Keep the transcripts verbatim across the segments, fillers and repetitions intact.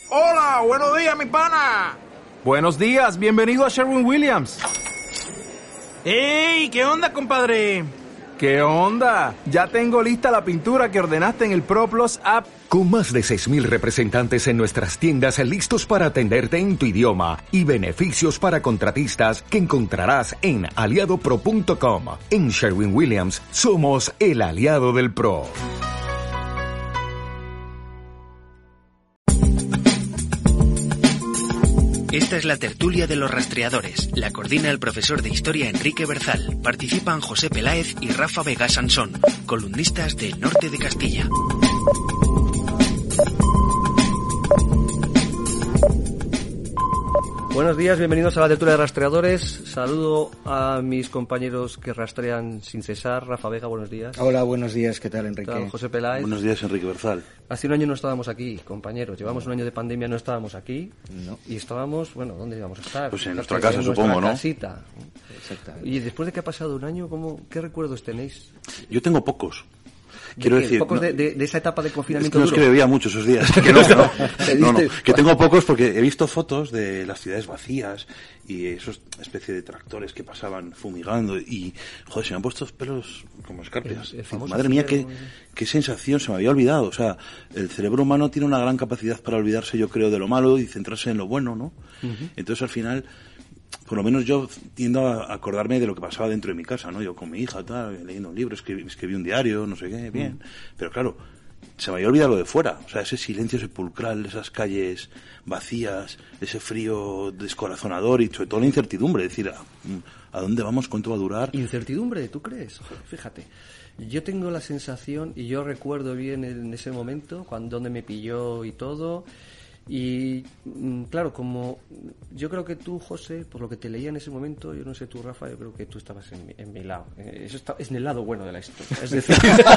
Hola, buenos días, mi pana. Buenos días, bienvenido a Sherwin-Williams. ¡Ey! ¿Qué onda, compadre? ¿Qué onda? Ya tengo lista la pintura que ordenaste en el ProPlus app. Con más de seis mil representantes en nuestras tiendas listos para atenderte en tu idioma y beneficios para contratistas que encontrarás en aliado pro punto com. En Sherwin-Williams somos el aliado del pro. Esta es la tertulia de los rastreadores. La coordina el profesor de Historia Enrique Berzal. Participan José Peláez y Rafa Vega Sansón, columnistas del norte de Castilla. Buenos días, bienvenidos a la tertulia de rastreadores. Saludo a mis compañeros que rastrean sin cesar. Rafa Vega, buenos días. Hola, buenos días, ¿qué tal, Enrique? ¿Qué tal, José Peláez? Buenos días, Enrique Berzal. Hace un año no estábamos aquí, compañeros. Llevamos no. un año de pandemia, no estábamos aquí. No. Y estábamos, bueno, ¿dónde íbamos a estar? Pues en Nuestra nuestra casa, en supongo, nuestra ¿no? Casita. Exactamente. Y después de que ha pasado un año, ¿cómo, ¿qué recuerdos tenéis? Yo tengo pocos. Quiero ¿De decir, pocos no, de, de, de esa etapa de confinamiento no es duro? que bebía mucho esos días, que no, no, no, no, que tengo pocos porque he visto fotos de las ciudades vacías y esos especie de tractores que pasaban fumigando y, joder, se me han puesto los pelos como escarpias. El, el Madre mía, qué, qué sensación, se me había olvidado. O sea, el cerebro humano tiene una gran capacidad para olvidarse, yo creo, de lo malo y centrarse en lo bueno, ¿no? Uh-huh. Entonces, al final, por lo menos yo tiendo a acordarme de lo que pasaba dentro de mi casa, ¿no? Yo con mi hija, tal, leyendo un libro, escribí, escribí un diario, no sé qué, bien. Mm. Pero claro, se me había olvidado lo de fuera. O sea, ese silencio sepulcral, esas calles vacías, ese frío descorazonador y sobre todo la incertidumbre. Es decir, ¿a, a dónde vamos? ¿Cuánto va a durar? ¿Incertidumbre? ¿Tú crees? Fíjate. Yo tengo la sensación, y yo recuerdo bien en ese momento, cuando donde me pilló y todo. Y claro, como yo creo que tú, José, por lo que te leía en ese momento, yo no sé tú, Rafa, yo creo que tú estabas en mi, en mi lado. Eso está, es en el lado bueno de la historia. Es decir,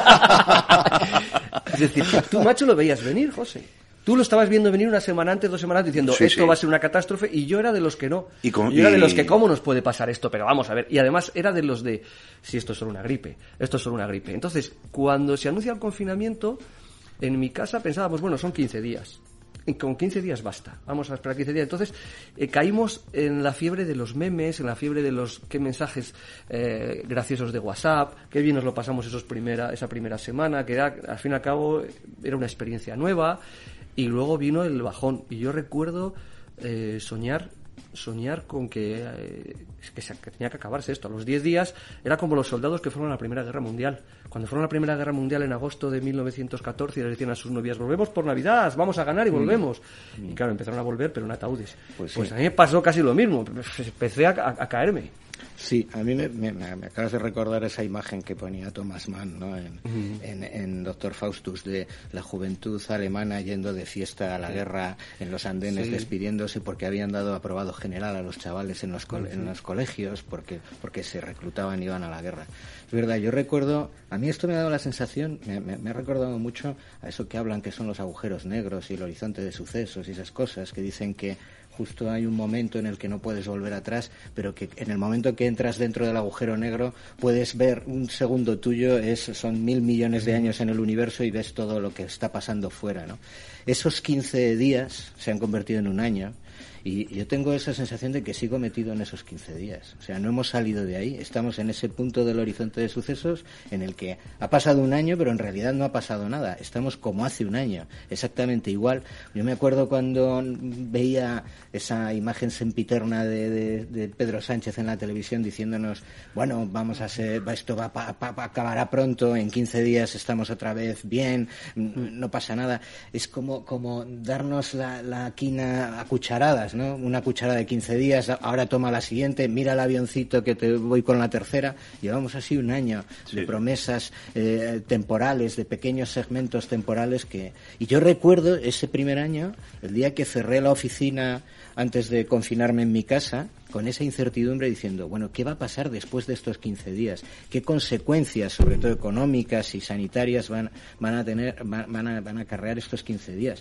es decir, tú, macho, lo veías venir, José. Tú lo estabas viendo venir una semana antes, dos semanas, diciendo, sí, esto sí. va a ser una catástrofe, y yo era de los que no. Y con, yo era y... de los que, ¿cómo nos puede pasar esto? Pero vamos a ver. Y además era de los de, si esto es solo una gripe, esto es solo una gripe. Entonces, cuando se anuncia el confinamiento, en mi casa pensábamos, bueno, son quince días. Con quince días basta, vamos a esperar quince días. Entonces eh, caímos en la fiebre de los memes, en la fiebre de los qué mensajes eh, graciosos de WhatsApp, qué bien nos lo pasamos esos primera, esa primera semana, que era, al fin y al cabo era una experiencia nueva, y luego vino el bajón. Y yo recuerdo eh, soñar soñar con que, eh, que, se, que tenía que acabarse esto. A los diez días era como los soldados que fueron a la Primera Guerra Mundial. Cuando fueron a la Primera Guerra Mundial en agosto de mil novecientos catorce y les decían a sus novias, volvemos por Navidad, vamos a ganar y volvemos. Mm. Y claro, empezaron a volver, pero en ataúdes. Pues, pues sí. A mí me pasó casi lo mismo. Empecé a, a, a caerme. Sí, a mí me, me, me acabas de recordar esa imagen que ponía Thomas Mann, ¿no? en, uh-huh. en, en Doctor Faustus, de la juventud alemana yendo de fiesta a la guerra en los andenes, sí. despidiéndose porque habían dado aprobado general a los chavales en los, co- uh-huh. en los colegios porque, porque se reclutaban y iban a la guerra. Es verdad, yo recuerdo, a mí esto me ha dado la sensación, me, me, me ha recordado mucho a eso que hablan que son los agujeros negros y el horizonte de sucesos y esas cosas que dicen que justo hay un momento en el que no puedes volver atrás, pero que en el momento que entras dentro del agujero negro puedes ver un segundo tuyo, es, son mil millones de años en el universo y ves todo lo que está pasando fuera, ¿no? Esos quince días se han convertido en un año. Y yo tengo esa sensación de que sigo metido en esos quince días. O sea, no hemos salido de ahí. Estamos en ese punto del horizonte de sucesos en el que ha pasado un año, pero en realidad no ha pasado nada. Estamos como hace un año, exactamente igual. Yo me acuerdo cuando veía esa imagen sempiterna de, de, de Pedro Sánchez en la televisión diciéndonos, bueno, vamos a ser, esto va pa, pa, pa, acabará pronto, en quince días estamos otra vez bien, no pasa nada. Es como, como darnos la, la quina a cucharadas, ¿no? Una cucharada de quince días, ahora toma la siguiente, mira el avioncito que te voy con la tercera. Llevamos así un año sí. de promesas eh, temporales, de pequeños segmentos temporales que... Y yo recuerdo ese primer año, el día que cerré la oficina antes de confinarme en mi casa, con esa incertidumbre diciendo, bueno, ¿qué va a pasar después de estos quince días? ¿Qué consecuencias, sobre todo económicas y sanitarias, van, van a tener, van, van a, van a acarrear estos quince días?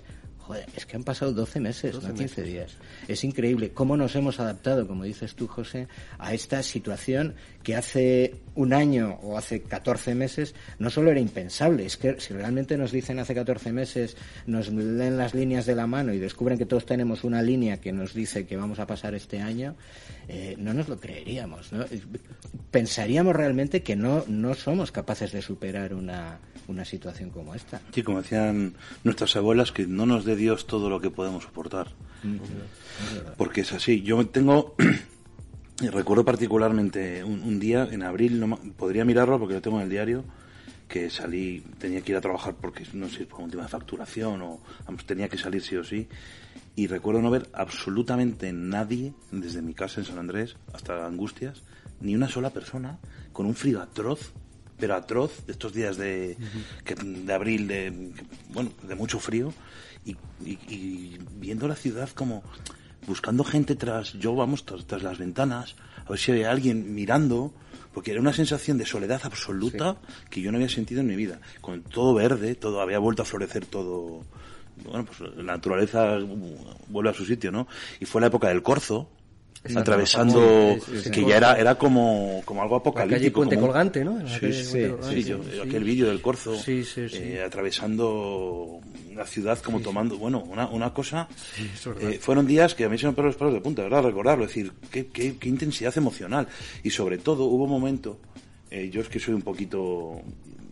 joder, es que han pasado doce meses, no quince días. Es increíble cómo nos hemos adaptado, como dices tú, José, a esta situación que hace un año o hace catorce meses no solo era impensable, es que si realmente nos dicen hace catorce meses, nos leen las líneas de la mano y descubren que todos tenemos una línea que nos dice que vamos a pasar este año, eh, no nos lo creeríamos, ¿no? Pensaríamos realmente que no, no somos capaces de superar una, una situación como esta. Sí, como decían nuestras abuelas, que no nos dé Dios todo lo que podemos soportar. Mm-hmm. Porque es así. Yo tengo... Recuerdo particularmente un, un día en abril, no, podría mirarlo porque lo tengo en el diario, que salí, tenía que ir a trabajar porque no sé, por un tema de facturación o vamos, tenía que salir sí o sí, y recuerdo no ver absolutamente nadie desde mi casa en San Andrés hasta Angustias, ni una sola persona, con un frío atroz, pero atroz, de estos días de, uh-huh. que, de abril, de bueno, de mucho frío, y, y, y viendo la ciudad como... buscando gente tras, yo vamos, tras, tras las ventanas, a ver si había alguien mirando, porque era una sensación de soledad absoluta sí. que yo no había sentido en mi vida. Con todo verde, todo había vuelto a florecer todo, bueno, pues la naturaleza vuelve a su sitio, ¿no? Y fue la época del corzo, Exacto, atravesando, sí, sí, sí, que ya era era como, como algo apocalíptico. La calle Puente como, Colgante, ¿no? Sí, sí, sí, sí, yo, sí. Aquel vídeo del corzo, sí, sí, sí. Eh, atravesando la ciudad como sí, tomando, sí. bueno, una, una cosa, sí, eh, fueron días que a mí se me ponen los pelos de punta, ¿verdad? Recordarlo, es decir, qué, qué, qué intensidad emocional. Y sobre todo hubo un momento, eh, yo es que soy un poquito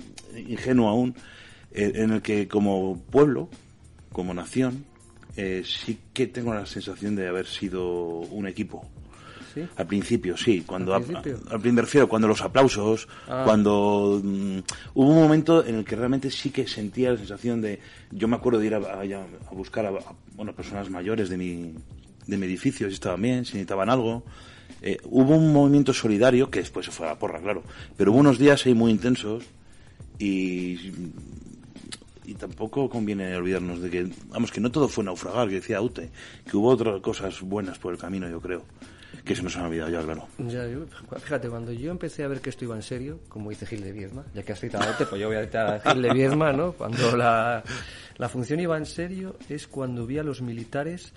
ingenuo aún, eh, en el que como pueblo, como nación, Eh, sí que tengo la sensación de haber sido un equipo. ¿Sí? Al principio, sí. Cuando ¿Al principio? A, a, me refiero cuando los aplausos, ah. cuando um, hubo un momento en el que realmente sí que sentía la sensación de... Yo me acuerdo de ir a, a, a buscar a, a bueno, personas mayores de mi, de mi edificio, si estaban bien, si necesitaban algo. Eh, hubo un movimiento solidario que después se fue a la porra, claro. Pero hubo unos días ahí muy intensos y... Y tampoco conviene olvidarnos de que, vamos, que no todo fue naufragar, que decía Aute, que hubo otras cosas buenas por el camino, yo creo, que se nos han olvidado ya, claro. Ya, yo, fíjate, cuando yo empecé a ver que esto iba en serio, como dice Gil de Viedma, ya que has citado a Aute, pues yo voy a citar a Gil de Viedma, ¿no? Cuando la, la función iba en serio es cuando vi a los militares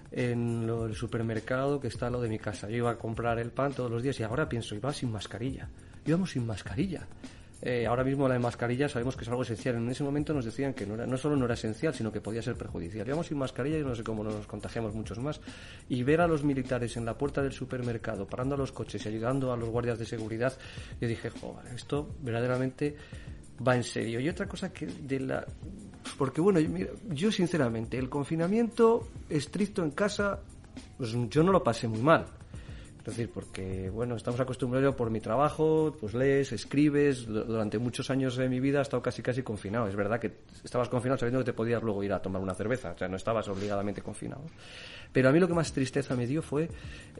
en lo, el supermercado que está al lado de mi casa. Yo iba a comprar el pan todos los días y ahora pienso, iba sin mascarilla, íbamos sin mascarilla. Eh, ahora mismo la de mascarilla sabemos que es algo esencial. En ese momento nos decían que no, era, no solo no era esencial, sino que podía ser perjudicial. Íbamos sin mascarilla y no sé cómo nos contagiamos muchos más. Y ver a los militares en la puerta del supermercado, parando a los coches y ayudando a los guardias de seguridad, yo dije, joder, esto verdaderamente va en serio. Y otra cosa que de la... Porque bueno, yo, mira, yo sinceramente, el confinamiento estricto en casa, pues yo no lo pasé muy mal. Es decir, porque, bueno, estamos acostumbrados por mi trabajo, pues lees, escribes, durante muchos años de mi vida he estado casi casi confinado. Es verdad que estabas confinado sabiendo que te podías luego ir a tomar una cerveza, o sea, no estabas obligadamente confinado. Pero a mí lo que más tristeza me dio fue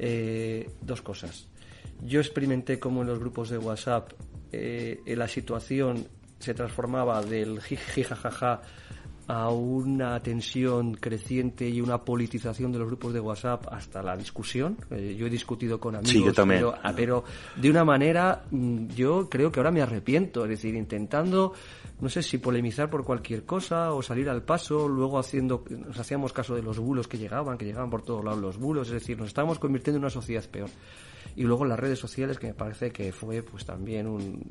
eh, dos cosas. Yo experimenté cómo en los grupos de WhatsApp eh, la situación se transformaba del jijijajaja a una tensión creciente y una politización de los grupos de WhatsApp hasta la discusión. Eh, yo he discutido con amigos, sí, yo también. Pero, pero de una manera, yo creo que ahora me arrepiento, es decir, intentando, no sé si polemizar por cualquier cosa o salir al paso, luego haciendo, nos hacíamos caso de los bulos que llegaban, que llegaban por todos lados los bulos, es decir, nos estábamos convirtiendo en una sociedad peor. Y luego las redes sociales, que me parece que fue pues también un...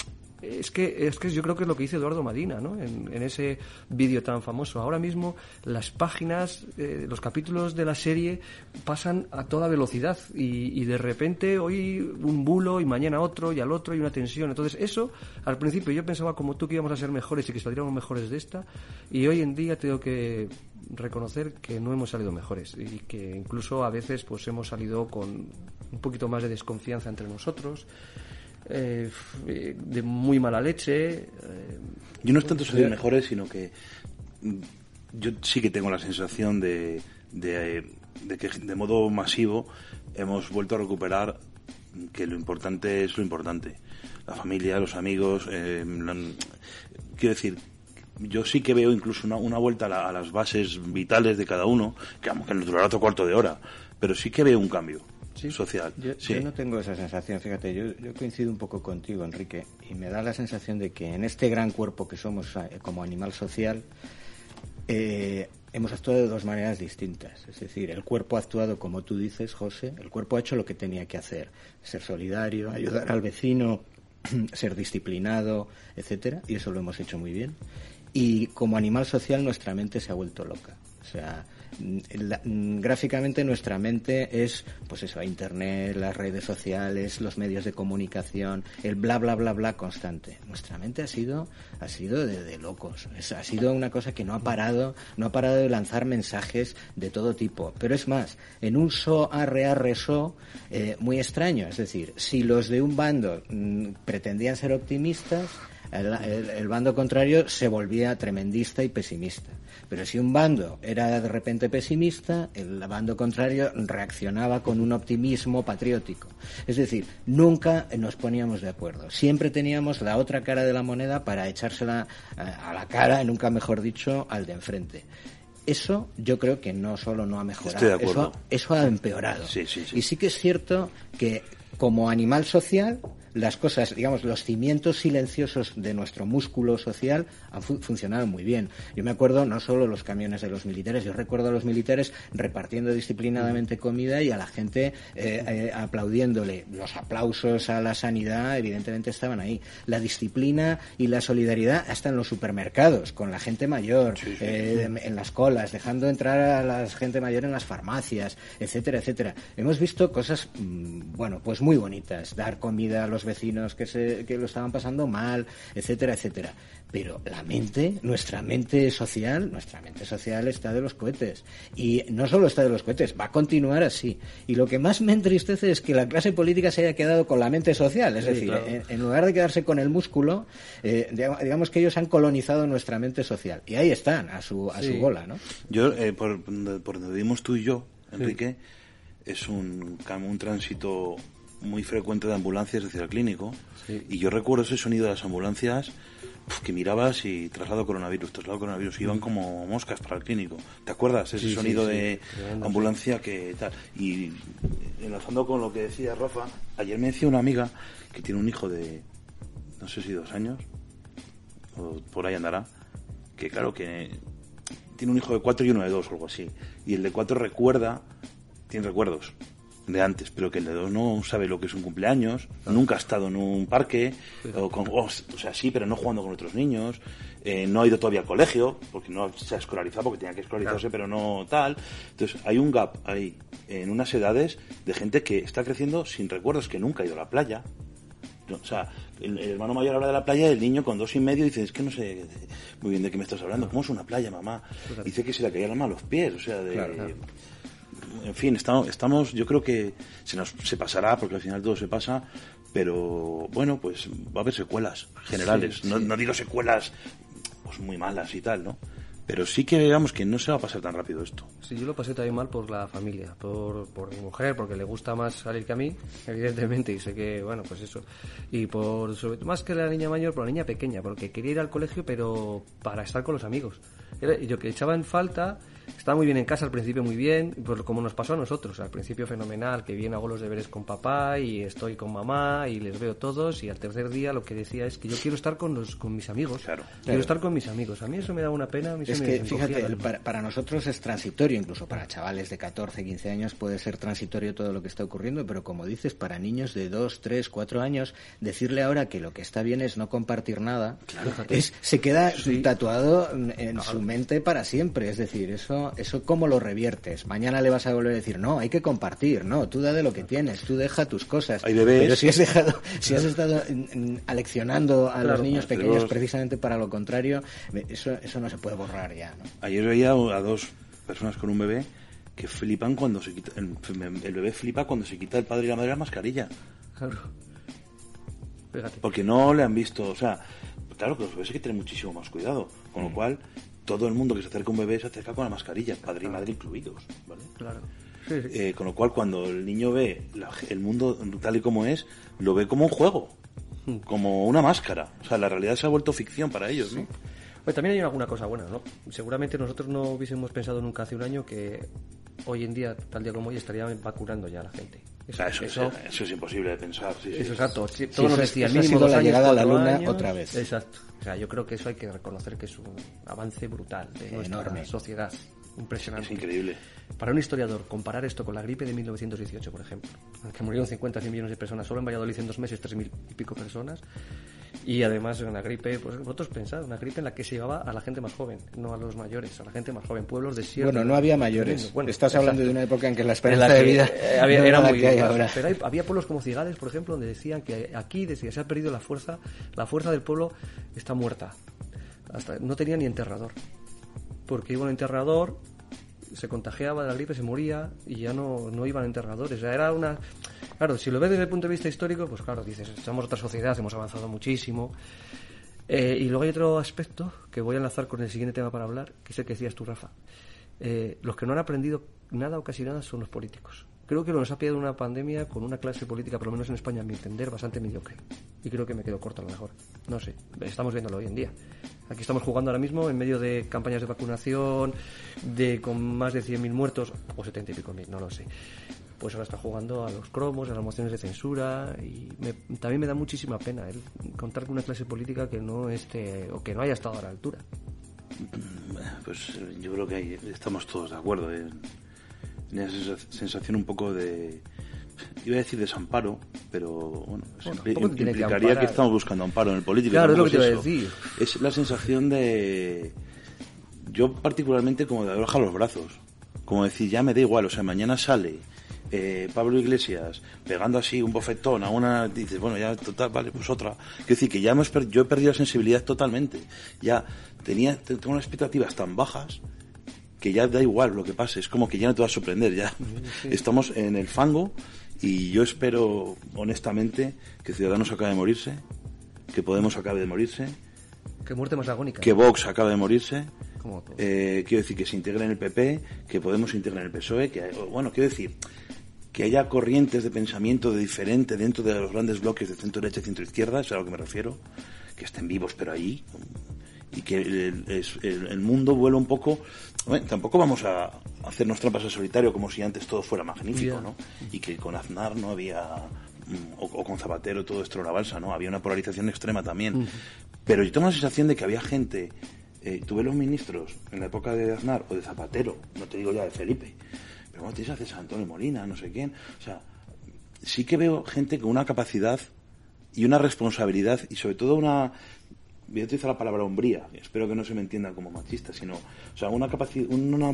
Es que, es que yo creo que es lo que dice Eduardo Madina, ¿no? En, en ese vídeo tan famoso. Ahora mismo las páginas, eh, los capítulos de la serie pasan a toda velocidad y, y de repente hoy un bulo y mañana otro y al otro y una tensión. Entonces eso, al principio yo pensaba como tú que íbamos a ser mejores y que saldríamos mejores de esta, y hoy en día tengo que reconocer que no hemos salido mejores y que incluso a veces pues hemos salido con un poquito más de desconfianza entre nosotros. Eh, de muy mala leche. Eh, yo no es tanto salir mejores, sino que yo sí que tengo la sensación de, de, de que de modo masivo hemos vuelto a recuperar que lo importante es lo importante. La familia, los amigos. Eh, la, quiero decir, yo sí que veo incluso una, una vuelta a, la, a las bases vitales de cada uno, que, que nos durará otro cuarto de hora, pero sí que veo un cambio. ¿Sí? Social. Yo, sí. yo no tengo esa sensación, fíjate, yo, yo coincido un poco contigo, Enrique, y me da la sensación de que en este gran cuerpo que somos como animal social, eh, hemos actuado de dos maneras distintas. Es decir, el cuerpo ha actuado como tú dices, José, el cuerpo ha hecho lo que tenía que hacer, ser solidario, ayudar al vecino, ser disciplinado, etcétera, y eso lo hemos hecho muy bien. Y como animal social nuestra mente se ha vuelto loca. O sea, la, gráficamente nuestra mente es, pues eso, Internet, las redes sociales, los medios de comunicación, el bla bla bla bla constante. Nuestra mente ha sido, ha sido de, de locos. Es, ha sido una cosa que no ha parado, no ha parado de lanzar mensajes de todo tipo. Pero es más, en un so arre arre so eh, muy extraño. Es decir, si los de un bando mmm, pretendían ser optimistas, El, el, el bando contrario se volvía tremendista y pesimista. Pero si un bando era de repente pesimista, el bando contrario reaccionaba con un optimismo patriótico. Es decir, nunca nos poníamos de acuerdo. Siempre teníamos la otra cara de la moneda para echársela a la cara, nunca mejor dicho, al de enfrente. Eso yo creo que no solo no ha mejorado, Estoy de acuerdo. Eso, eso ha empeorado. Sí, sí, sí. Y sí que es cierto que como animal social, las cosas, digamos, los cimientos silenciosos de nuestro músculo social han fu- funcionado muy bien. Yo me acuerdo no solo los camiones de los militares, yo recuerdo a los militares repartiendo disciplinadamente comida y a la gente eh, eh, aplaudiéndole. Los aplausos a la sanidad evidentemente estaban ahí. La disciplina y la solidaridad hasta en los supermercados, con la gente mayor, sí, sí, eh, sí. en las colas, dejando entrar a la gente mayor en las farmacias, etcétera, etcétera. Hemos visto cosas, bueno, pues muy bonitas. Dar comida a los vecinos que se que lo estaban pasando mal, etcétera, etcétera. Pero la mente, nuestra mente social, nuestra mente social está de los cohetes. Y no solo está de los cohetes, va a continuar así. Y lo que más me entristece es que la clase política se haya quedado con la mente social. Es sí, decir, claro. en, en lugar de quedarse con el músculo, eh, digamos que ellos han colonizado nuestra mente social. Y ahí están, a su a sí. su bola, ¿no? Yo, eh, por, por donde vivimos tú y yo, Enrique, sí. es un, un tránsito muy frecuente de ambulancias hacia el clínico, sí. y yo recuerdo ese sonido de las ambulancias pf, que mirabas y traslado coronavirus, traslado coronavirus, iban como moscas para el clínico. ¿Te acuerdas? Ese sí, sonido sí, sí. de sí. ambulancia que tal. Y enlazando con lo que decía Rafa, ayer me decía una amiga que tiene un hijo de, no sé si dos años, o por ahí andará, que claro que tiene un hijo de cuatro y uno de dos o algo así, y el de cuatro recuerda, tiene recuerdos de antes, pero que el de dos no sabe lo que es un cumpleaños, ah. nunca ha estado en un parque, sí. o, con, oh, o sea, sí, pero no jugando con otros niños, eh, no ha ido todavía al colegio, porque no se ha escolarizado, porque tenía que escolarizarse, claro. pero no tal. Entonces, hay un gap ahí, en unas edades, de gente que está creciendo sin recuerdos, que nunca ha ido a la playa. O sea, el, el hermano mayor habla de la playa y el niño con dos y medio dice, es que no sé muy bien de qué me estás hablando, ¿cómo es una playa, mamá? Claro. Dice que se le caía el alma a los pies, o sea, de... Claro, claro. En fin, estamos, estamos, yo creo que se nos se pasará, porque al final todo se pasa, pero bueno, pues va a haber secuelas generales. Sí, sí. No, no digo secuelas pues muy malas y tal, ¿no? Pero sí que digamos que no se va a pasar tan rápido esto. Sí, yo lo pasé también mal por la familia, por, por mi mujer, porque le gusta más salir que a mí, evidentemente, y sé que, bueno, pues eso. Y por sobre todo, más que la niña mayor, por la niña pequeña, porque quería ir al colegio, pero para estar con los amigos. Y yo que echaba en falta, estaba muy bien en casa al principio, muy bien, pues como nos pasó a nosotros, al principio fenomenal, que bien hago los deberes con papá y estoy con mamá y les veo todos, y al tercer día lo que decía es que yo quiero estar con los con mis amigos, claro, quiero claro. estar con mis amigos. A mí eso me da una pena. A mí es se que, me fíjate, para, para nosotros es transitorio, incluso para chavales de catorce, quince años puede ser transitorio todo lo que está ocurriendo, pero como dices, para niños de dos, tres, cuatro años, decirle ahora que lo que está bien es no compartir nada, claro. es se queda sí. tatuado en claro. su mente para siempre. Es decir, eso, eso ¿cómo lo reviertes? Mañana le vas a volver a decir, no, hay que compartir, no, tú da de lo que tienes, tú deja tus cosas. Hay bebés. Pero si has dejado, si has estado aleccionando a claro, los niños pequeños los... precisamente para lo contrario, eso, eso no se puede borrar ya, ¿no? Ayer veía a dos personas con un bebé que flipan cuando se quita, el, el bebé flipa cuando se quita el padre y la madre la mascarilla. Claro. Fíjate. Porque no le han visto, o sea, claro que los bebés hay que tener muchísimo más cuidado, con mm. lo cual todo el mundo que se acerca a un bebé se acerca con la mascarilla, padre claro. y madre incluidos, ¿vale? Claro. Sí, sí. Eh, con lo cual cuando el niño ve la, el mundo tal y como es, lo ve como un juego, mm. como una máscara. O sea, la realidad se ha vuelto ficción para ellos, sí. ¿no? Pues también hay alguna cosa buena, ¿no? Seguramente nosotros no hubiésemos pensado nunca hace un año que hoy en día, tal día como hoy, estarían vacunando ya a la gente. O sea, eso, eso, eso es imposible de pensar. Sí, sí. Eso, exacto. Sí, sí, todos nos decían, mínimo dos la años, llegada a la Luna años. Otra vez. Exacto. O sea, yo creo que eso hay que reconocer que es un avance brutal de nuestra enorme sociedad. Impresionante. Es increíble. Para un historiador, comparar esto con la gripe de mil novecientos dieciocho, por ejemplo, en que murieron cincuenta a cien millones de personas, solo en Valladolid en dos meses tres mil y pico personas, y además una gripe, pues vosotros pensad, una gripe en la que se llevaba a la gente más joven, no a los mayores, a la gente más joven, pueblos desiertos. Bueno, no había mayores. Bueno, estás exacto. hablando de una época en que la esperanza en la que, de vida eh, había, no era la muy que hay baja. ahora. Pero hay, había pueblos como Cigales, por ejemplo, donde decían que aquí decía, se ha perdido la fuerza, la fuerza del pueblo está muerta. Hasta no tenía ni enterrador, porque iba un enterrador, se contagiaba de la gripe, se moría y ya no, no iban enterradores. O sea, era una... Claro, si lo ves desde el punto de vista histórico, pues claro, dices, somos otra sociedad, hemos avanzado muchísimo. Eh, y luego hay otro aspecto que voy a enlazar con el siguiente tema para hablar, que es el que decías tú, Rafa. Eh, los que no han aprendido nada o casi nada son los políticos. Creo que nos ha pillado una pandemia con una clase política, por lo menos en España, a mi entender, bastante mediocre. Y creo que me quedo corto a lo mejor. No sé, estamos viéndolo hoy en día. Aquí estamos jugando ahora mismo en medio de campañas de vacunación, de con más de cien mil muertos, o setenta y pico mil, no lo sé. Pues ahora está jugando a los cromos, a las mociones de censura, y me, también me da muchísima pena el contar con una clase política que no esté, o que no haya estado a la altura. Pues yo creo que ahí estamos todos de acuerdo en, en esa sensación un poco de, iba a decir desamparo, pero bueno, bueno impl- implicaría que, que estamos buscando amparo en el político. Claro, es lo que te es iba a decir. Es la sensación de, yo particularmente como de haber bajado los brazos, como decir, ya me da igual, o sea, mañana sale eh, Pablo Iglesias pegando así un bofetón a una, dices, bueno, ya total, vale, pues otra. Quiero decir que ya hemos per- yo he perdido la sensibilidad totalmente, ya tenía, tengo unas expectativas tan bajas que ya da igual lo que pase, es como que ya no te va a sorprender, ya sí. Estamos en el fango y yo espero honestamente que Ciudadanos acabe de morirse, que Podemos acabe de morirse, que muerte más agónica, que Vox acabe de morirse, eh, quiero decir que se integre en el P P, que Podemos se integre en el P S O E, que bueno, quiero decir que haya corrientes de pensamiento de diferente dentro de los grandes bloques de centro derecha y centro izquierda, es a lo que me refiero, que estén vivos pero allí, y que el, el, el mundo vuela un poco. Bueno, tampoco vamos a hacernos trampas al solitario como si antes todo fuera magnífico, yeah. ¿no? Y que con Aznar no había, o, o con Zapatero todo esto era una balsa, ¿no? Había una polarización extrema también. Uh-huh. Pero yo tengo la sensación de que había gente, eh, tuve los ministros en la época de Aznar o de Zapatero, no te digo ya de Felipe, pero bueno, tienes a César Antonio Molina, no sé quién, o sea, sí que veo gente con una capacidad y una responsabilidad y sobre todo una, voy a utilizar la palabra hombría, espero que no se me entienda como machista, sino, o sea, una capacidad, una,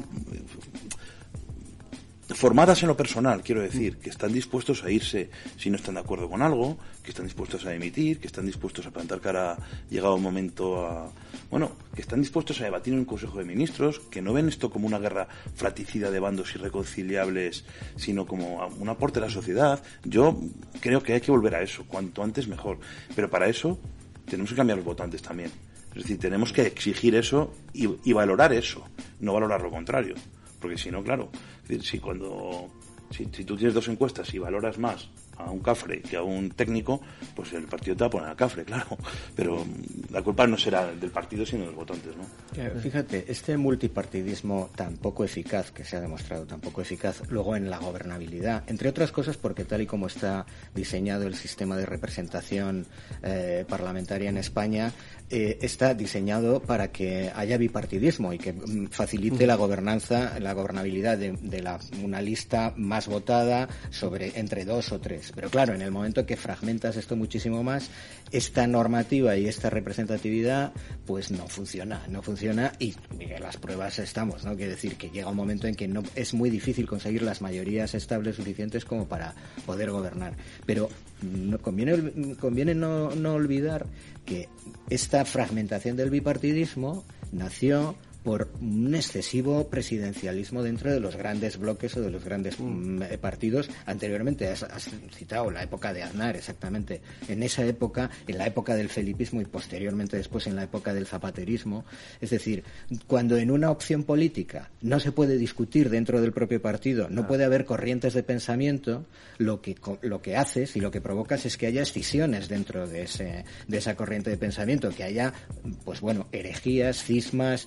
formadas en lo personal, quiero decir, que están dispuestos a irse si no están de acuerdo con algo, que están dispuestos a emitir, que están dispuestos a plantar cara llegado un momento a... Bueno, que están dispuestos a debatir en un Consejo de Ministros, que no ven esto como una guerra fratricida de bandos irreconciliables, sino como un aporte a la sociedad. Yo creo que hay que volver a eso, cuanto antes mejor. Pero para eso tenemos que cambiar los votantes también. Es decir, tenemos que exigir eso y, y valorar eso, no valorar lo contrario. Porque si no, claro, es decir, si cuando si, si tú tienes dos encuestas y valoras más a un cafre que a un técnico, pues el partido te va a poner a cafre, claro. Pero la culpa no será del partido, sino de los votantes, ¿no? Fíjate, este multipartidismo tan poco eficaz, que se ha demostrado tan poco eficaz, luego en la gobernabilidad, entre otras cosas porque tal y como está diseñado el sistema de representación eh, parlamentaria en España, eh, está diseñado para que haya bipartidismo y que mm, facilite uh-huh. la gobernanza, la gobernabilidad de, de la, una lista más votada sobre entre dos o tres. Pero claro, en el momento que fragmentas esto muchísimo más, esta normativa y esta representatividad pues no funciona, no funciona y mire, las pruebas estamos, ¿no? Quiere decir que llega un momento en que no es muy difícil conseguir las mayorías estables suficientes como para poder gobernar. Pero no, conviene, conviene no, no olvidar que esta fragmentación del bipartidismo nació por un excesivo presidencialismo dentro de los grandes bloques o de los grandes mm. partidos. Anteriormente has, has citado la época de Aznar, exactamente. En esa época, en la época del felipismo y posteriormente después en la época del zapaterismo. Es decir, cuando en una opción política no se puede discutir dentro del propio partido, no ah. puede haber corrientes de pensamiento, lo que, lo que haces y lo que provocas es que haya escisiones dentro de ese de esa corriente de pensamiento, que haya, pues bueno, herejías, cismas, eh,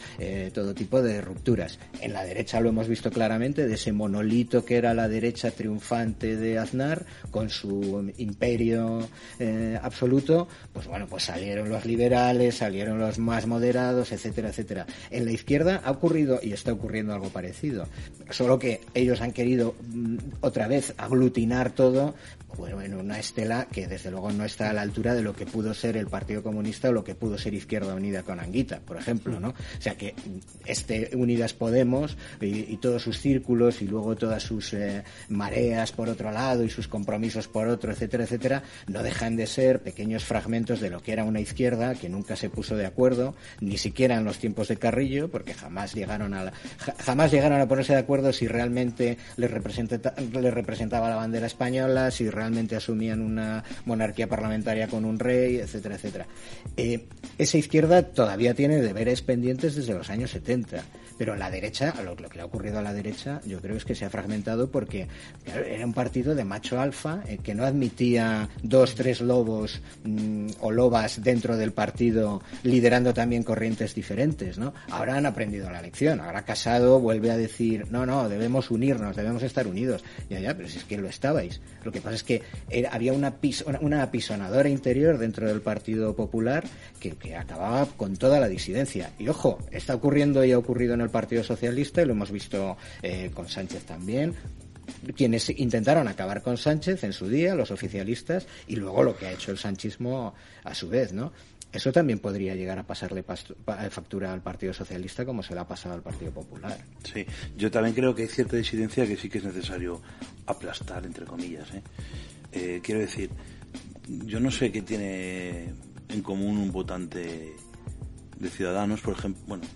eh, todo tipo de rupturas. En la derecha lo hemos visto claramente, de ese monolito que era la derecha triunfante de Aznar, con su imperio eh, absoluto, pues bueno, pues salieron los liberales, salieron los más moderados, etcétera, etcétera. En la izquierda ha ocurrido y está ocurriendo algo parecido, solo que ellos han querido mm, otra vez aglutinar todo, bueno, en una estela que desde luego no está a la altura de lo que pudo ser el Partido Comunista o lo que pudo ser Izquierda Unida con Anguita, por ejemplo, ¿no? O sea que este Unidas Podemos y, y todos sus círculos y luego todas sus eh, mareas por otro lado y sus compromisos por otro, etcétera, etcétera, no dejan de ser pequeños fragmentos de lo que era una izquierda que nunca se puso de acuerdo, ni siquiera en los tiempos de Carrillo, porque jamás llegaron a la, jamás llegaron a ponerse de acuerdo si realmente les, representa, les representaba la bandera española, si realmente realmente asumían una monarquía parlamentaria con un rey, etcétera, etcétera. Eh, esa izquierda todavía tiene deberes pendientes desde los años setenta, pero la derecha, lo, lo que le ha ocurrido a la derecha, yo creo es que se ha fragmentado porque claro, era un partido de macho alfa eh, que no admitía dos, tres lobos mmm, o lobas dentro del partido liderando también corrientes diferentes, ¿no? Ahora han aprendido la lección, ahora Casado vuelve a decir, no, no, debemos unirnos, debemos estar unidos. Ya, ya, pero si es que lo estabais. Lo que pasa es que era, había una, pis, una, una apisonadora interior dentro del Partido Popular que, que acababa con toda la disidencia. Y ojo, está ocurriendo y ha ocurrido en el Partido Socialista y lo hemos visto eh, con Sánchez también, quienes intentaron acabar con Sánchez en su día, los oficialistas, y luego lo que ha hecho el sanchismo a su vez, ¿no? Eso también podría llegar a pasarle factura al Partido Socialista como se le ha pasado al Partido Popular. Sí, yo también creo que hay cierta disidencia que sí que es necesario aplastar, entre comillas, ¿eh? Eh, quiero decir, yo no sé qué tiene en común un votante de Ciudadanos, por ejemplo, bueno,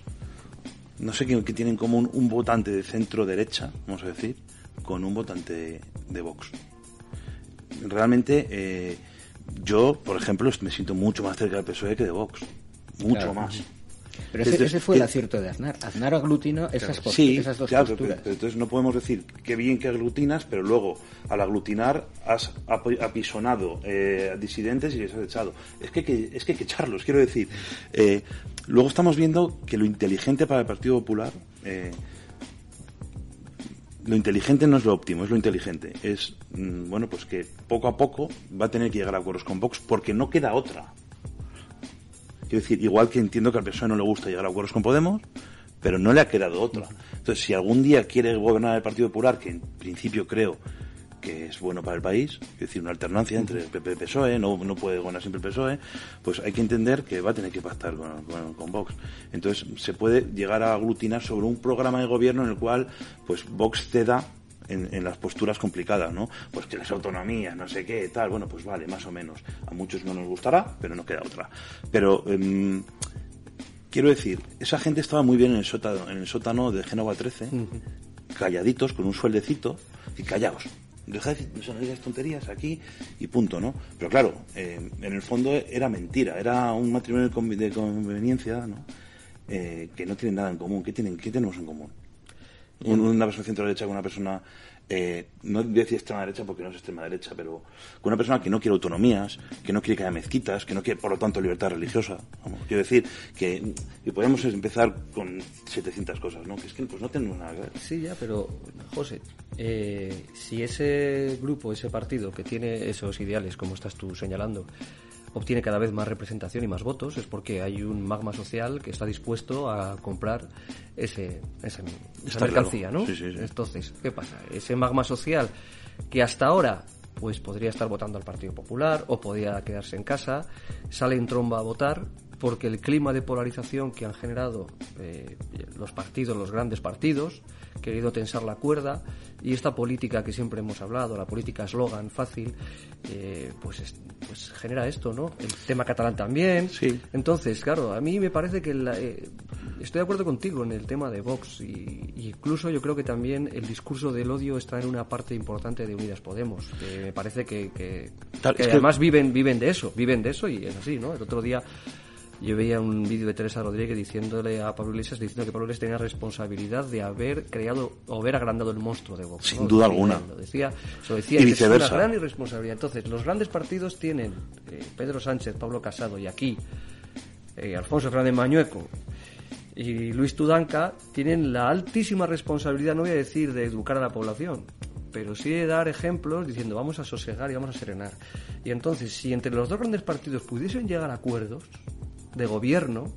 no sé qué, qué tiene en común un votante de centro-derecha, vamos a decir, con un votante de, de Vox. Realmente, eh, yo, por ejemplo, me siento mucho más cerca del P S O E que de Vox. Mucho claro. más. Pero ese, ese fue el acierto de Aznar. Aznar aglutinó esas, claro, sí, esas dos claro, posturas. Pero, pero entonces no podemos decir qué bien que aglutinas, pero luego al aglutinar has apisonado eh, a disidentes y les has echado. Es que, que, es que hay que echarlos, quiero decir. Eh, luego estamos viendo que lo inteligente para el Partido Popular... Eh, lo inteligente no es lo óptimo, es lo inteligente. Es, mmm, bueno, pues que poco a poco va a tener que llegar a acuerdos con Vox porque no queda otra. Quiero decir, igual que entiendo que al P S O E no le gusta llegar a acuerdos con Podemos, pero no le ha quedado otra. Entonces, si algún día quiere gobernar el Partido Popular, que en principio creo que es bueno para el país, es decir, una alternancia entre el P P y P S O E, no, no puede gobernar siempre el P S O E, pues hay que entender que va a tener que pactar con, con, con Vox. Entonces, se puede llegar a aglutinar sobre un programa de gobierno en el cual, pues, Vox ceda En, en las posturas complicadas, ¿no? Pues que las autonomías, no sé qué, tal, bueno, pues vale, más o menos. A muchos no nos gustará, pero no queda otra. Pero, eh, quiero decir, esa gente estaba muy bien en el sótano, en el sótano de Génova trece, uh-huh. calladitos, con un sueldecito, y callaos. Dejad de esas tonterías aquí y punto, ¿no? Pero claro, eh, en el fondo era mentira, era un matrimonio de conveniencia, ¿no? Eh, que no tienen nada en común. ¿Qué tienen? ¿Qué tenemos en común? Una persona centro derecha con una persona, eh, no voy a decir extrema derecha porque no es extrema derecha, pero con una persona que no quiere autonomías, que no quiere que haya mezquitas, que no quiere, por lo tanto, libertad religiosa. Vamos, quiero decir que, que podemos empezar con setecientas cosas, ¿no? Que es que pues no tenemos nada que ver. Sí, ya, pero, José, eh, si ese grupo, ese partido que tiene esos ideales, como estás tú señalando, obtiene cada vez más representación y más votos, es porque hay un magma social que está dispuesto a comprar ese, ese esa mercancía, claro. ¿no? Sí, sí, sí. Entonces, ¿qué pasa? Ese magma social que hasta ahora pues podría estar votando al Partido Popular o podría quedarse en casa, sale en tromba a votar porque el clima de polarización que han generado eh, los partidos, los grandes partidos, querido tensar la cuerda, y esta política que siempre hemos hablado, la política eslogan fácil, eh, pues, es, pues genera esto, ¿no? El tema catalán también. Sí. Entonces, claro, a mí me parece que la, eh, estoy de acuerdo contigo en el tema de Vox y, y incluso yo creo que también el discurso del odio está en una parte importante de Unidas Podemos, que me parece que, que, Tal, que además que... viven viven de eso, viven de eso y es así, ¿no? El otro día yo veía un vídeo de Teresa Rodríguez diciéndole a Pablo Iglesias, diciendo que Pablo Iglesias tenía responsabilidad de haber creado o haber agrandado el monstruo de Vox. Sin ¿no? duda Lo alguna. Lo decía, se lo decía y que viceversa. Es una gran irresponsabilidad. Entonces, los grandes partidos tienen eh, Pedro Sánchez, Pablo Casado y aquí eh, Alfonso Fernández Mañueco, y Luis Tudanca tienen la altísima responsabilidad, no voy a decir de educar a la población, pero sí de dar ejemplos diciendo vamos a sosegar y vamos a serenar. Y entonces, si entre los dos grandes partidos pudiesen llegar a acuerdos de gobierno,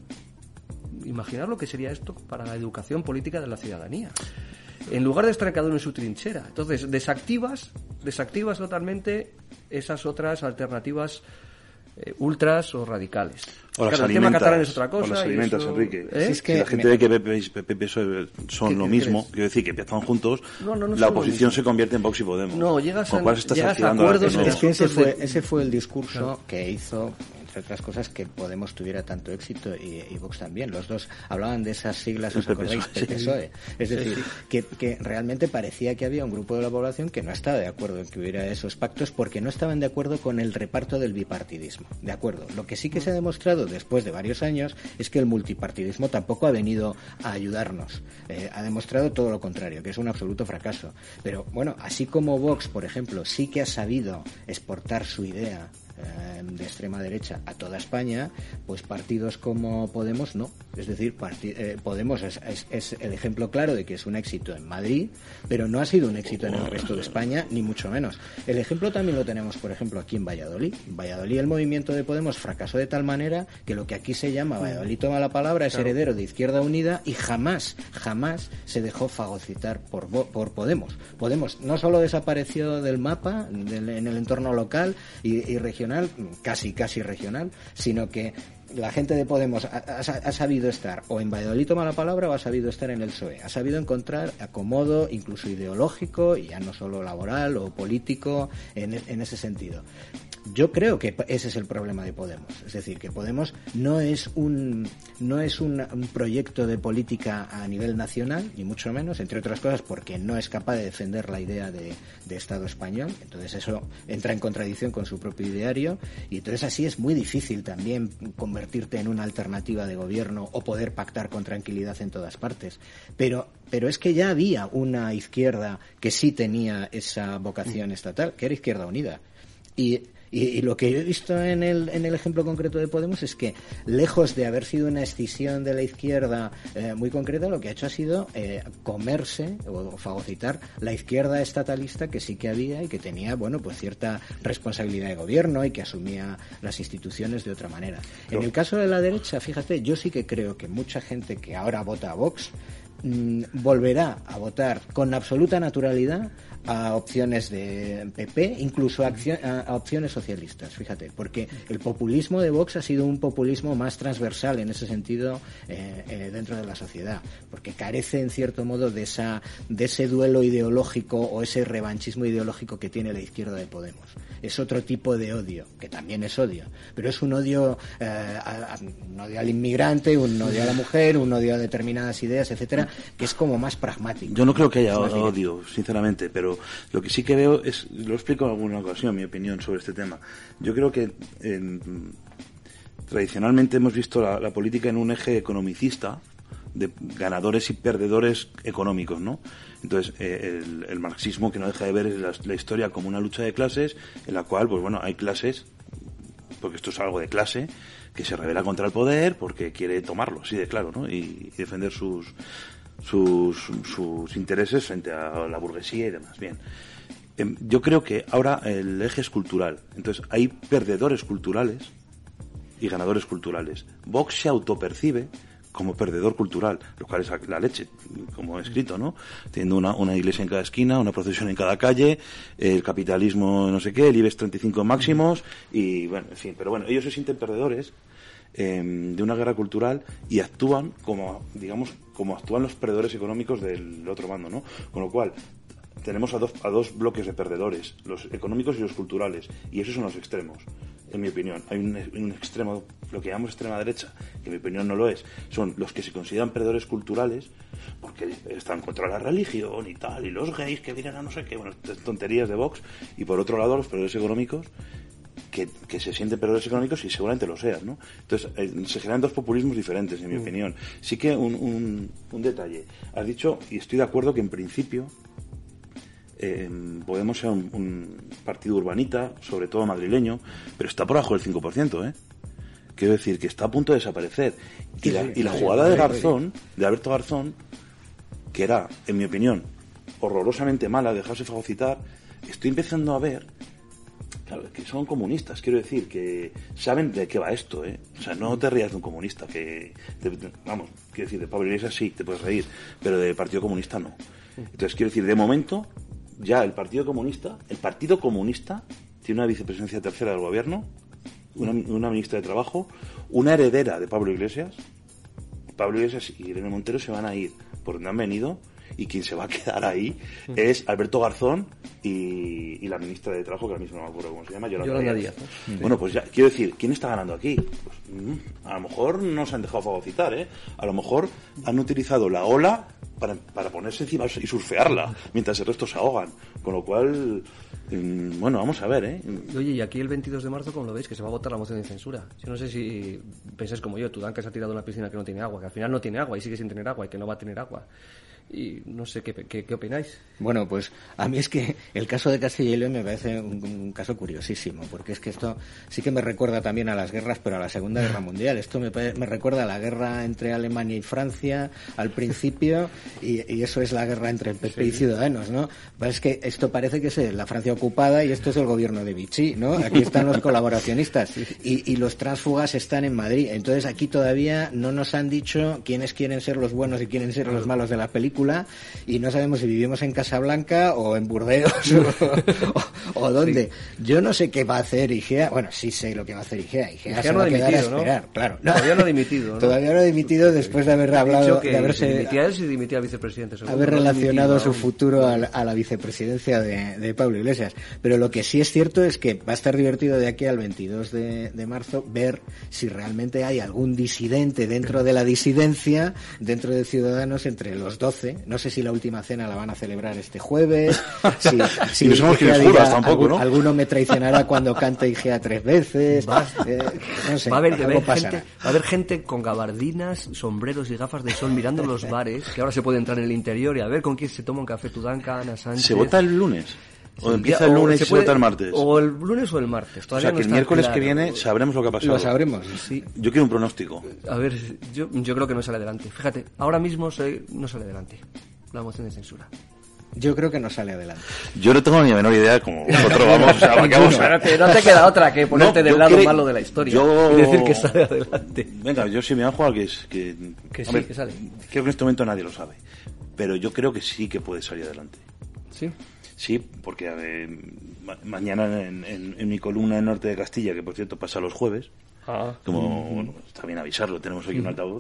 imaginar lo que sería esto para la educación política de la ciudadanía. En lugar de estar cada uno en su trinchera. Entonces, desactivas, desactivas totalmente esas otras alternativas eh, ultras o radicales. O claro, el tema catalán es otra cosa. O las alimentas, eso, Enrique. ¿eh? Si es que si la gente me... ve que P P y P P son lo mismo, crees? Quiero decir que empiezan juntos, no, no, no la oposición se convierte en Vox y Podemos. No, llegas a, llegas a acuerdos. No. Es que ese fue, ese fue el discurso claro. que hizo, entre otras cosas, que Podemos tuviera tanto éxito y, y Vox también. Los dos hablaban de esas siglas, ¿os acordáis? P P S O E. Es decir, sí, sí. Que, que realmente parecía que había un grupo de la población que no estaba de acuerdo en que hubiera esos pactos porque no estaban de acuerdo con el reparto del bipartidismo. De acuerdo. Lo que sí que se ha demostrado después de varios años es que el multipartidismo tampoco ha venido a ayudarnos. Eh, ha demostrado todo lo contrario, que es un absoluto fracaso. Pero bueno, así como Vox, por ejemplo, sí que ha sabido exportar su idea de extrema derecha a toda España, pues partidos como Podemos no. Es decir, parti- eh, Podemos es, es, es el ejemplo claro de que es un éxito en Madrid, pero no ha sido un éxito en el resto de España, ni mucho menos. El ejemplo también lo tenemos, por ejemplo, aquí en Valladolid. En Valladolid el movimiento de Podemos fracasó de tal manera que lo que aquí se llama Valladolid toma la palabra es claro. heredero de Izquierda Unida y jamás, jamás se dejó fagocitar por, por Podemos. Podemos no solo desapareció del mapa, del, en el entorno local y, y regional, casi casi regional, sino que la gente de Podemos ha, ha, ha sabido estar o en Valladolid toma la palabra o ha sabido estar en el P S O E. Ha sabido encontrar acomodo, incluso ideológico, y ya no solo laboral o político, en, en ese sentido. Yo creo que ese es el problema de Podemos. Es decir, que Podemos no es un no es un, un proyecto de política a nivel nacional, ni mucho menos, entre otras cosas porque no es capaz de defender la idea de, de Estado español. Entonces eso entra en contradicción con su propio ideario y entonces así es muy difícil también convertirte en una alternativa de gobierno o poder pactar con tranquilidad en todas partes. Pero pero es que ya había una izquierda que sí tenía esa vocación estatal, que era Izquierda Unida. Y Y, y lo que yo he visto en el, en el ejemplo concreto de Podemos es que, lejos de haber sido una escisión de la izquierda eh, muy concreta, lo que ha hecho ha sido eh, comerse o fagocitar la izquierda estatalista que sí que había y que tenía, bueno, pues cierta responsabilidad de gobierno y que asumía las instituciones de otra manera. En el caso de la derecha, fíjate, yo sí que creo que mucha gente que ahora vota a Vox mmm, volverá a votar con absoluta naturalidad a opciones de P P, incluso a, acción, a, a opciones socialistas, fíjate, porque el populismo de Vox ha sido un populismo más transversal en ese sentido eh, eh, dentro de la sociedad, porque carece en cierto modo de esa de ese duelo ideológico o ese revanchismo ideológico que tiene la izquierda de Podemos. Es otro tipo de odio, que también es odio, pero es un odio, eh, a, a, un odio al inmigrante, un odio a la mujer, un odio a determinadas ideas, etcétera, que es como más pragmático. Yo no creo que haya odio, sinceramente, pero lo que sí que veo es, lo explico en alguna ocasión, mi opinión sobre este tema. Yo creo que eh, tradicionalmente hemos visto la, la política en un eje economicista, de ganadores y perdedores económicos, ¿no? Entonces, eh, el, el marxismo, que no deja de ver la, la historia como una lucha de clases, en la cual, pues bueno, hay clases, porque esto es algo de clase, que se rebela contra el poder porque quiere tomarlo, así de claro, ¿no? Y, y defender sus, sus, sus intereses frente a la burguesía y demás. Bien. Eh, yo creo que ahora el eje es cultural. Entonces, hay perdedores culturales y ganadores culturales. Vox se autopercibe como perdedor cultural, lo cual es la leche, como he escrito, ¿no? Teniendo una, una iglesia en cada esquina, una procesión en cada calle, el capitalismo no sé qué, el IBEX treinta y cinco máximos, y bueno, en fin, pero bueno, ellos se sienten perdedores eh, de una guerra cultural y actúan como, digamos, como actúan los perdedores económicos del otro bando, ¿no? Con lo cual, tenemos a dos, a dos bloques de perdedores, los económicos y los culturales, y esos son los extremos, en mi opinión. Hay un, un extremo, lo que llamamos extrema derecha, que en mi opinión no lo es, son los que se consideran perdedores culturales porque están contra la religión y tal, y los gays que vienen a no sé qué, bueno, tonterías de Vox, y por otro lado los perdedores económicos que, que se sienten perdedores económicos y seguramente lo sean, ¿no? Entonces, eh, se generan dos populismos diferentes, en mi mm. opinión. Sí que un, un, un detalle. Has dicho, y estoy de acuerdo, que en principio Eh, Podemos ser un, un partido urbanita, sobre todo madrileño, pero está por abajo del cinco por ciento, ¿eh? Quiero decir que está a punto de desaparecer. Y la, sí, y la sí, jugada sí, de sí, Garzón, de Alberto Garzón, que era, en mi opinión, horrorosamente mala, dejarse fagocitar, estoy empezando a ver, claro, que son comunistas, quiero decir, que saben de qué va esto, ¿eh? O sea, no te rías de un comunista, que, de, de, vamos, quiero decir, de Pablo Iglesias sí, te puedes reír, pero del Partido Comunista no. Entonces, quiero decir, de momento, ya el Partido Comunista, el Partido Comunista tiene una vicepresidencia tercera del gobierno, una, una ministra de Trabajo, una heredera de Pablo Iglesias. Pablo Iglesias y Irene Montero se van a ir por donde han venido, y quien se va a quedar ahí es Alberto Garzón y, y la ministra de Trabajo, que ahora mismo no me acuerdo cómo se llama, Yolanda, Yolanda Díaz. Díaz, ¿no? Sí. Bueno, pues ya, quiero decir, ¿quién está ganando aquí? Pues, mmm, a lo mejor no se han dejado fagocitar, ¿eh? A lo mejor han utilizado la ola para, para ponerse encima y surfearla, mientras el resto se ahogan. Con lo cual, mmm, bueno, vamos a ver, ¿eh? Oye, y aquí el veintidós de marzo, ¿cómo lo veis? Que se va a votar la moción de censura. Yo no sé si pensáis como yo, Tudanca se ha tirado en una piscina que no tiene agua, que al final no tiene agua y sigue sin tener agua y que no va a tener agua. Y no sé qué, qué, qué opináis. Bueno, pues a mí es que el caso de Castilla y León me parece un, un caso curiosísimo, porque es que esto sí que me recuerda también a las guerras, pero a la Segunda Guerra Mundial. Esto me, me recuerda a la guerra entre Alemania y Francia al principio, y, y eso es la guerra entre el P P sí. y Ciudadanos, ¿no? Es que esto parece que es la Francia ocupada y esto es el gobierno de Vichy, ¿no? Aquí están los colaboracionistas y, y los tránsfugas están en Madrid. Entonces aquí todavía no nos han dicho quiénes quieren ser los buenos y quieren ser los malos de la película, y no sabemos si vivimos en Casablanca o en Burdeos o, o, o dónde. Sí. Yo no sé qué va a hacer IGEA. Bueno, sí sé lo que va a hacer IGEA. IGEA, IGEA se no va ha a quedar dimitido, a esperar, ¿no? claro. No, todavía no ha dimitido, ¿no? Todavía no ha dimitido después de haber hablado, que de haberse... dimitía él, si dimitía al vicepresidente. Seguro, haber no relacionado dimitido, su futuro a la, a la vicepresidencia de, de Pablo Iglesias. Pero lo que sí es cierto es que va a estar divertido de aquí al veintidós de, de marzo ver si realmente hay algún disidente dentro de la disidencia, dentro de Ciudadanos, entre los doce. No sé si la última cena la van a celebrar este jueves. Si, si y no somos quienes juras tampoco, ¿no? Alguno me traicionará cuando cante IGEA tres veces. Va, eh, no sé, va, a haber, algo va, a gente, va a haber gente con gabardinas, sombreros y gafas de sol mirando los bares, que ahora se puede entrar en el interior y a ver con quién se toma un café Tudanca, Ana Sánchez. ¿Se vota el lunes? ¿O sí, empieza ya, el lunes o y se, se puede, vota el martes? O el lunes o el martes. O sea, que no el miércoles claro. que viene sabremos lo que ha pasado. Lo sabremos. Sí. Yo quiero un pronóstico. A ver, yo, yo creo que no sale adelante. Fíjate, ahora mismo se, no sale adelante la moción de censura. Yo creo que no sale adelante. Yo no tengo ni la menor idea, como vosotros vamos, o sea, vamos a... no, te, no te queda otra que ponerte no, del lado cre... malo de la historia yo... y decir que sale adelante. Venga, yo sí me han jugado que es... Que, que sí, hombre, que sale. Creo que en este momento nadie lo sabe. Pero yo creo que sí que puede salir adelante. ¿Sí? Sí, porque a ver, ma- mañana en, en, en mi columna en Norte de Castilla, que por cierto pasa los jueves, ah. como, mm. bueno, está bien avisarlo, tenemos aquí mm. un altavoz,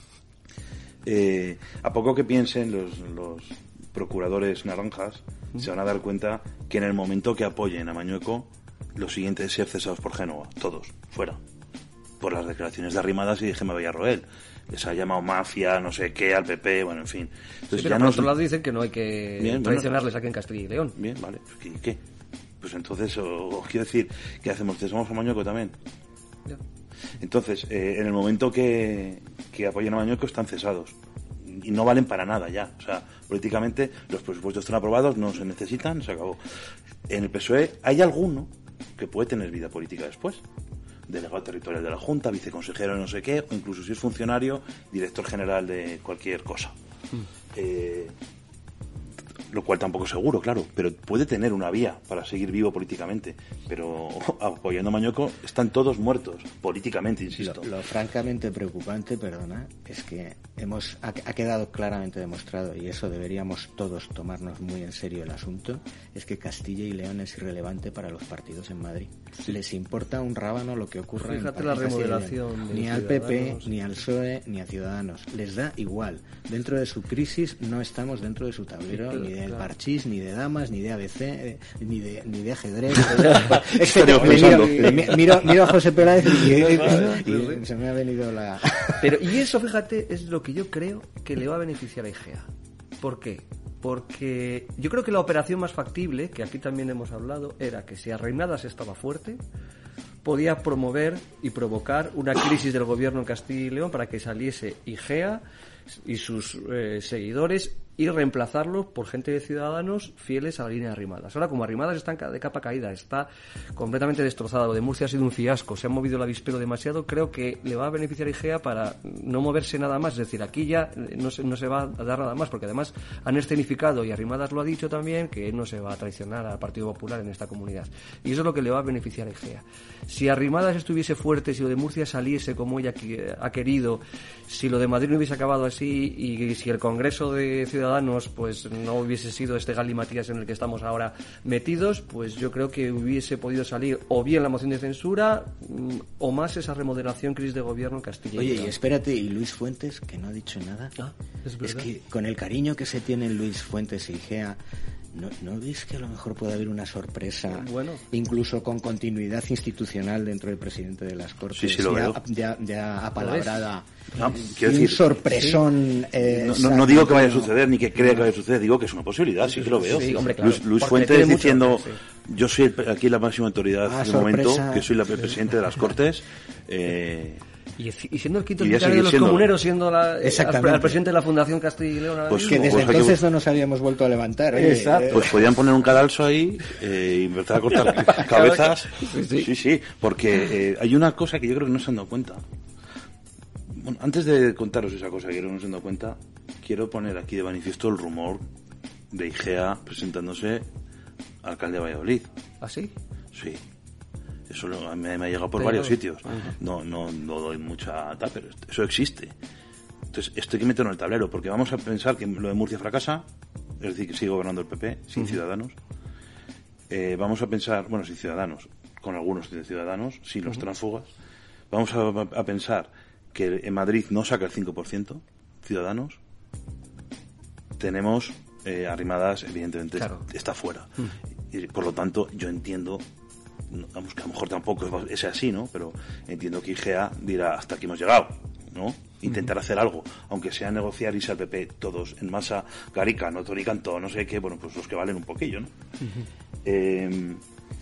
eh, a poco que piensen los... los procuradores naranjas ¿Mm? se van a dar cuenta que en el momento que apoyen a Mañueco, los siguientes de ser cesados por Génova, todos, fuera, por las declaraciones de Arrimadas y de Gemma Villarroel. Les ha llamado mafia, no sé qué, al P P, bueno, en fin. Entonces, sí, pero ya por nos... otro lado dicen que no hay que bien, traicionarles bueno, aquí en Castilla y León. Bien, vale, ¿y qué? Pues entonces, os quiero decir, ¿qué hacemos? ¿Cesamos a Mañueco también? Ya. Entonces, eh, en el momento que, que apoyen a Mañueco están cesados. Y no valen para nada ya. O sea, políticamente los presupuestos están aprobados, no se necesitan, se acabó. En el P S O E hay alguno que puede tener vida política después. Delegado territorial de la Junta, viceconsejero de no sé qué, o incluso si es funcionario, director general de cualquier cosa. Mm. Eh, lo cual tampoco es seguro, claro, pero puede tener una vía para seguir vivo políticamente. Pero apoyando a Mañueco están todos muertos, políticamente, insisto. Lo, lo francamente preocupante, perdona, es que hemos ha, ha quedado claramente demostrado, y eso deberíamos todos tomarnos muy en serio el asunto, es que Castilla y León es irrelevante para los partidos en Madrid. Sí. Les importa un rábano lo que ocurra Fíjate en la remodelación de Ni al P P, ni al P S O E, ni a Ciudadanos. Les da igual. Dentro de su crisis no estamos dentro de su tablero, sí, ni del claro. parchís, ni de damas, ni de A B C, eh, ni de ni de ajedrez. Es que le miro, le miro, miro a José Peláez y, y, y, y se me ha venido la... Pero, y eso, fíjate, es lo que yo creo que le va a beneficiar a IGEA. ¿Por qué? Porque yo creo que la operación más factible, que aquí también hemos hablado, era que si Arrimadas estaba fuerte, podía promover y provocar una crisis del gobierno en Castilla y León para que saliese IGEA y sus eh, seguidores y reemplazarlos por gente de Ciudadanos fieles a la línea de Arrimadas. Ahora, como Arrimadas está de capa caída, está completamente destrozado, lo de Murcia ha sido un fiasco, se ha movido el avispero demasiado, creo que le va a beneficiar a Igea para no moverse nada más, es decir, aquí ya no se, no se va a dar nada más, porque además han escenificado, y Arrimadas lo ha dicho también, que no se va a traicionar al Partido Popular en esta comunidad. Y eso es lo que le va a beneficiar a Igea. Si Arrimadas estuviese fuerte, si lo de Murcia saliese como ella ha querido, si lo de Madrid no hubiese acabado así, y si el Congreso de Ciudadanos pues no hubiese sido este galimatías en el que estamos ahora metidos, pues yo creo que hubiese podido salir o bien la moción de censura o más esa remodelación, crisis de gobierno en Castilla y León. Oye, y espérate, ¿y Luis Fuentes, que no ha dicho nada? Ah, es, es que con el cariño que se tienen Luis Fuentes y Igea, ¿No, ¿No veis que a lo mejor puede haber una sorpresa, bueno, incluso con continuidad institucional dentro del presidente de las Cortes? Sí, sí, lo veo. Ya, ya, ya apalabrada. No, quiero decir, un sorpresón. Sí. Eh, no, no, no digo que vaya a suceder, ni que crea que vaya a suceder, digo que es una posibilidad, sí que lo veo. Sí, hombre, claro. Luis, Luis Fuentes diciendo, mucho, sí. Yo soy aquí la máxima autoridad ah, en el momento, que soy la presidente de las Cortes. Eh, Y, y siendo el quinto secretario de los siendo, comuneros, siendo la, al presidente de la Fundación Castilla y León. Pues que desde pues entonces que, no nos habíamos vuelto a levantar. ¿eh? Exacto. Pues podían poner un cadalso ahí eh, y empezar a cortar cabezas. Sí, sí, sí, sí porque eh, hay una cosa que yo creo que no se han dado cuenta. Bueno, antes de contaros esa cosa que creo que no se han dado cuenta, quiero poner aquí de manifiesto el rumor de Igea presentándose alcalde de Valladolid. ¿Ah, sí? Sí. Eso me, me ha llegado por pero, varios sitios. Uh-huh. No, no, no doy mucha tal, pero eso existe. Entonces, esto hay que meterlo en el tablero, porque vamos a pensar que lo de Murcia fracasa, es decir, que sigue gobernando el P P, sin uh-huh. Ciudadanos. Eh, vamos a pensar, bueno, sin Ciudadanos, con algunos de Ciudadanos, sin los uh-huh. tránsfugas. Vamos a, a pensar que en Madrid no saca el cinco por ciento Ciudadanos. Tenemos eh, Arrimadas, evidentemente, claro. está fuera. Uh-huh. Y por lo tanto, yo entiendo... Vamos, que a lo mejor tampoco es así, ¿no? Pero entiendo que Igea dirá hasta aquí hemos llegado, ¿no? Intentar uh-huh. hacer algo, aunque sea negociar y irse al P P todos en masa, Garica, no Tony Cantó, no sé qué, bueno, pues los que valen un poquillo, ¿no? Uh-huh. Eh,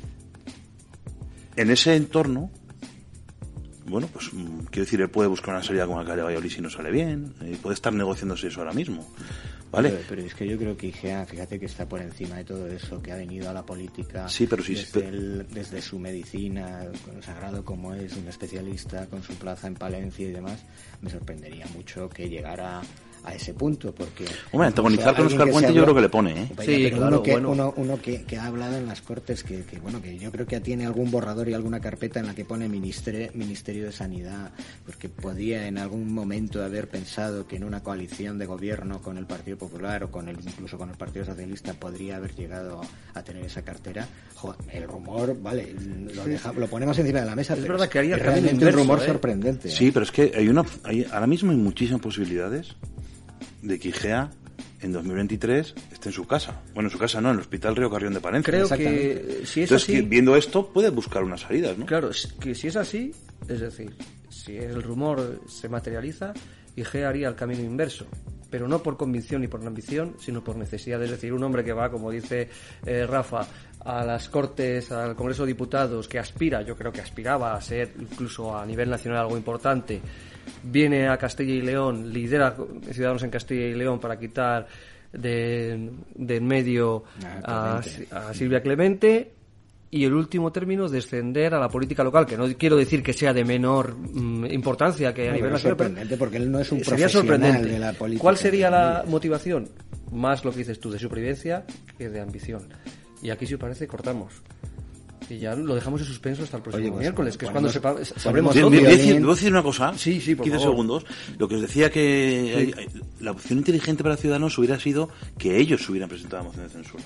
en ese entorno, bueno, pues quiero decir, él puede buscar una salida con alcalde de Valladolid si no sale bien, eh, puede estar negociándose eso ahora mismo. ¿Vale? Pero, pero es que yo creo que Igea, fíjate que está por encima de todo eso, que ha venido a la política sí, pero sí, desde, pero... el, desde su medicina, consagrado como es, un especialista con su plaza en Palencia y demás. Me sorprendería mucho que llegara a ese punto, porque... Hombre, antagonizar con Óscar Puente yo creo que le pone, ¿eh? Vaya, sí, claro, uno que, bueno. uno, uno que, que ha hablado en las Cortes, que, que bueno, que yo creo que tiene algún borrador y alguna carpeta en la que pone Ministerio, Ministerio de Sanidad, porque podía en algún momento haber pensado que en una coalición de gobierno con el Partido Popular o con el incluso con el Partido Socialista podría haber llegado a tener esa cartera. Joder, el rumor, vale, lo, deja, lo ponemos encima de la mesa, es pero verdad que haría es realmente inverso, un rumor ¿eh? sorprendente. Sí, ¿eh? Pero es que hay una, hay, ahora mismo hay muchísimas posibilidades de que Igea en dos mil veintitrés esté en su casa. Bueno, en su casa no, en el Hospital Río Carrión de Palencia. Creo que si es Entonces, así... que viendo esto, puede buscar unas salidas, ¿no? Claro, que si es así, es decir, si el rumor se materializa, Igea haría el camino inverso. Pero no por convicción ni por ambición, sino por necesidad. Es decir, un hombre que va, como dice eh, Rafa, a las Cortes, al Congreso de Diputados, que aspira, yo creo que aspiraba a ser incluso a nivel nacional algo importante, viene a Castilla y León, lidera Ciudadanos en Castilla y León para quitar de, de en medio a, a Silvia Clemente, y el último término, descender a la política local, que no quiero decir que sea de menor mm, importancia que a no, nivel nacional. Sorprendente, porque él no es un sería profesional de la política. ¿Cuál sería la motivación? Más lo que dices tú, de supervivencia que de ambición. Y aquí, si os parece, cortamos. Y ya lo dejamos en suspenso hasta el próximo Oye, pues, miércoles, que es cuando sepa, sabremos todo. ¿Puedo decir, decir una cosa? Sí, sí, por quince favor. segundos. Lo que os decía que sí. hay, hay, la opción inteligente para Ciudadanos hubiera sido que ellos hubieran presentado la moción de censura.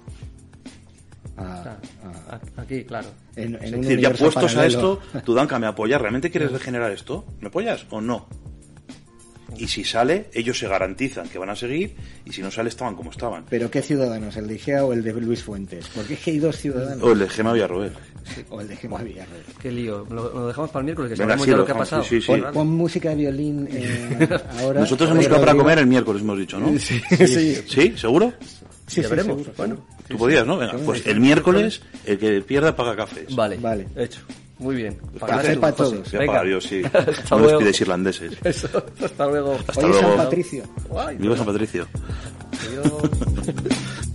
Ah, ah, aquí, claro. En, en es un decir, ya puestos paralelo. a esto, Tudanka, ¿me apoyas? ¿Realmente quieres regenerar esto? ¿Me apoyas o no? Y si sale, ellos se garantizan que van a seguir, y si no sale, estaban como estaban. ¿Pero qué Ciudadanos? ¿El de Igea o el de Luis Fuentes? Porque es que hay dos Ciudadanos. O el de Gemma Villarroel. Sí, o el de Gemma Villarroel. Qué lío. Lo, lo dejamos para el miércoles, que Venga, sabemos sí, ya lo, lo que ha pasado. Sí, sí, pon, sí. pon música de violín eh, ahora. Nosotros hemos quedado para comer el miércoles, hemos dicho, ¿no? Sí, sí. sí. ¿Sí? ¿Seguro? Sí, ya sí, veremos. Seguro, bueno, seguro. Tú podías, ¿no? Venga, pues el miércoles, el que pierda paga cafés. Vale, vale. Hecho. Muy bien. Café para todos. Ya pagar yo, sí. Hasta No luego. los pides irlandeses. Eso. Hasta luego. Hasta Oye, luego. San Patricio. Guay, Viva San Patricio. Adiós.